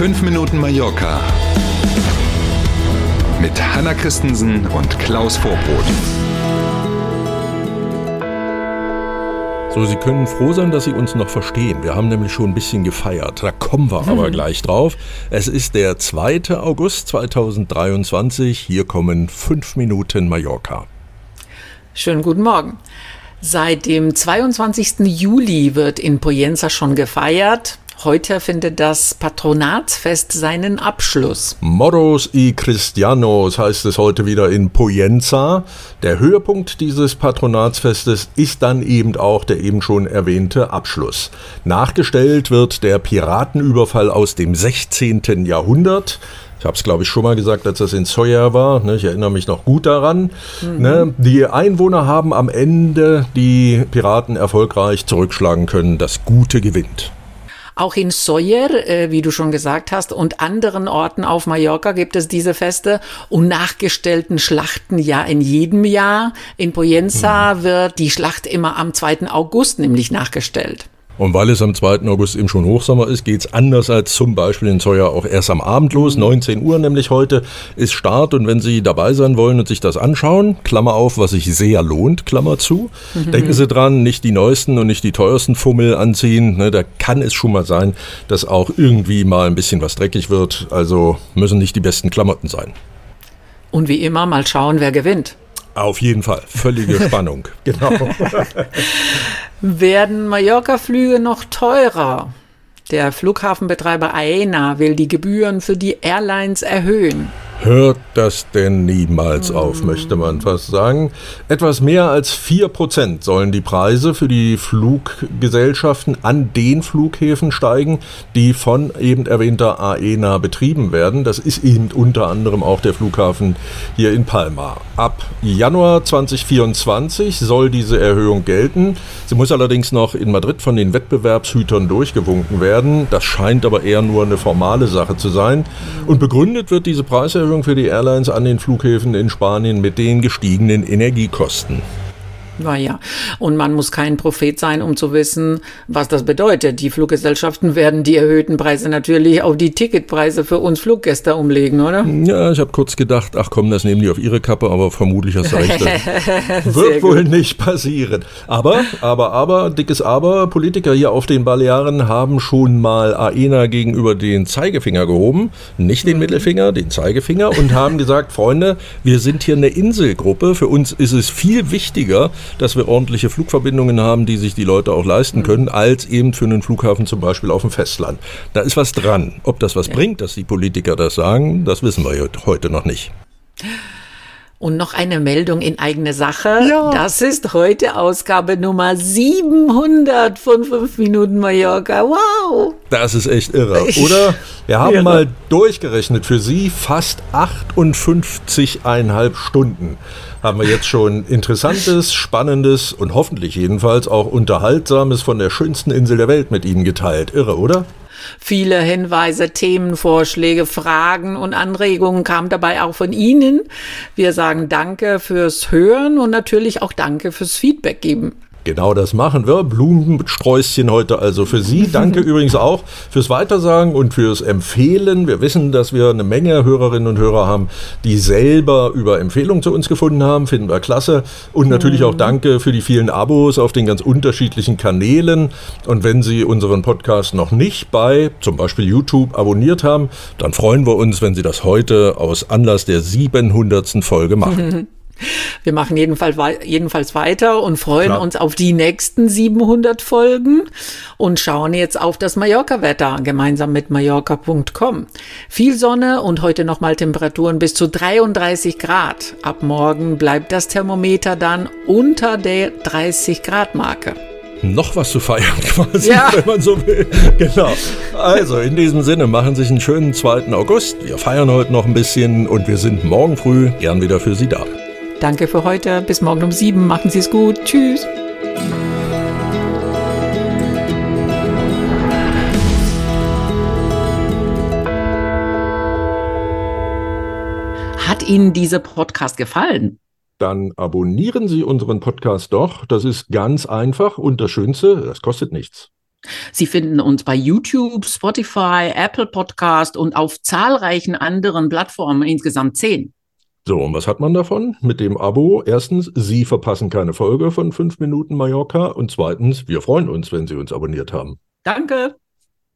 5 Minuten Mallorca mit Hanna Christensen und Klaus Vorbrot. So, Sie können froh sein, dass Sie uns noch verstehen. Wir haben nämlich schon ein bisschen gefeiert. Da kommen wir aber gleich drauf. Es ist der 2. August 2023. Hier kommen 5 Minuten Mallorca. Schönen guten Morgen. Seit dem 22. Juli wird in Pollença schon gefeiert. Heute findet das Patronatsfest seinen Abschluss. Moros y Cristianos heißt es heute wieder in Pollença. Der Höhepunkt dieses Patronatsfestes ist dann eben auch der eben schon erwähnte Abschluss. Nachgestellt wird der Piratenüberfall aus dem 16. Jahrhundert. Ich habe es, glaube ich, schon mal gesagt, als das in Sóller war. Ich erinnere mich noch gut daran. Die Einwohner haben am Ende die Piraten erfolgreich zurückschlagen können. Das Gute gewinnt. Auch in Sóller, wie du schon gesagt hast, und anderen Orten auf Mallorca gibt es diese Feste und nachgestellten Schlachten ja in jedem Jahr. In Pollença wird die Schlacht immer am 2. August nämlich nachgestellt. Und weil es am 2. August eben schon Hochsommer ist, geht es anders als zum Beispiel in Sóller auch erst am Abend los. 19 Uhr nämlich heute ist Start. Und wenn Sie dabei sein wollen und sich das anschauen, Klammer auf, was sich sehr lohnt, Klammer zu, denken Sie dran, nicht die neuesten und nicht die teuersten Fummel anziehen. Da kann es schon mal sein, dass auch irgendwie mal ein bisschen was dreckig wird. Also müssen nicht die besten Klamotten sein. Und wie immer mal schauen, wer gewinnt. Auf jeden Fall. Völlige Spannung. Genau. Werden Mallorca-Flüge noch teurer? Der Flughafenbetreiber Aena will die Gebühren für die Airlines erhöhen. Hört das denn niemals auf, möchte man fast sagen. Etwas mehr als 4% sollen die Preise für die Fluggesellschaften an den Flughäfen steigen, die von eben erwähnter Aena betrieben werden. Das ist eben unter anderem auch der Flughafen hier in Palma. Ab Januar 2024 soll diese Erhöhung gelten. Sie muss allerdings noch in Madrid von den Wettbewerbshütern durchgewunken werden. Das scheint aber eher nur eine formale Sache zu sein. Und begründet wird diese Preiserhöhung für die Airlines an den Flughäfen in Spanien mit den gestiegenen Energiekosten. Naja, und man muss kein Prophet sein, um zu wissen, was das bedeutet. Die Fluggesellschaften werden die erhöhten Preise natürlich auf die Ticketpreise für uns Fluggäste umlegen, oder? Ja, ich habe kurz gedacht, ach komm, das nehmen die auf ihre Kappe, aber vermutlich hast du recht. Wird wohl nicht passieren. Aber, dickes Aber, Politiker hier auf den Balearen haben schon mal Aena gegenüber den Zeigefinger gehoben, nicht den Mittelfinger, den Zeigefinger, und haben gesagt, Freunde, wir sind hier eine Inselgruppe, für uns ist es viel wichtiger, dass wir ordentliche Flugverbindungen haben, die sich die Leute auch leisten können, als eben für einen Flughafen zum Beispiel auf dem Festland. Da ist was dran. Ob das was bringt, dass die Politiker das sagen, das wissen wir heute noch nicht. Und noch eine Meldung in eigene Sache. Ja. Das ist heute Ausgabe Nummer 700 von 5 Minuten Mallorca. Wow! Das ist echt irre, oder? Wir haben mal durchgerechnet für Sie fast 58,5 Stunden. Haben wir jetzt schon Interessantes, Spannendes und hoffentlich jedenfalls auch Unterhaltsames von der schönsten Insel der Welt mit Ihnen geteilt. Irre, oder? Viele Hinweise, Themenvorschläge, Fragen und Anregungen kamen dabei auch von Ihnen. Wir sagen Danke fürs Hören und natürlich auch Danke fürs Feedback geben. Genau das machen wir. Blumensträußchen heute also für Sie. Danke übrigens auch fürs Weitersagen und fürs Empfehlen. Wir wissen, dass wir eine Menge Hörerinnen und Hörer haben, die selber über Empfehlungen zu uns gefunden haben. Finden wir klasse. Und natürlich auch danke für die vielen Abos auf den ganz unterschiedlichen Kanälen. Und wenn Sie unseren Podcast noch nicht bei zum Beispiel YouTube abonniert haben, dann freuen wir uns, wenn Sie das heute aus Anlass der 700. Folge machen. Wir machen jedenfalls weiter und freuen uns auf die nächsten 700 Folgen und schauen jetzt auf das Mallorca-Wetter gemeinsam mit Mallorca.com. Viel Sonne und heute nochmal Temperaturen bis zu 33 Grad. Ab morgen bleibt das Thermometer dann unter der 30-Grad-Marke. Noch was zu feiern quasi, wenn man so will. Genau. Also in diesem Sinne, machen Sie sich einen schönen 2. August. Wir feiern heute noch ein bisschen und wir sind morgen früh gern wieder für Sie da. Danke für heute. Bis morgen um 7. Machen Sie es gut. Tschüss. Hat Ihnen dieser Podcast gefallen? Dann abonnieren Sie unseren Podcast doch. Das ist ganz einfach und das Schönste, das kostet nichts. Sie finden uns bei YouTube, Spotify, Apple Podcast und auf zahlreichen anderen Plattformen, insgesamt 10. So, und was hat man davon? Mit dem Abo, erstens, Sie verpassen keine Folge von 5 Minuten Mallorca und zweitens, wir freuen uns, wenn Sie uns abonniert haben. Danke.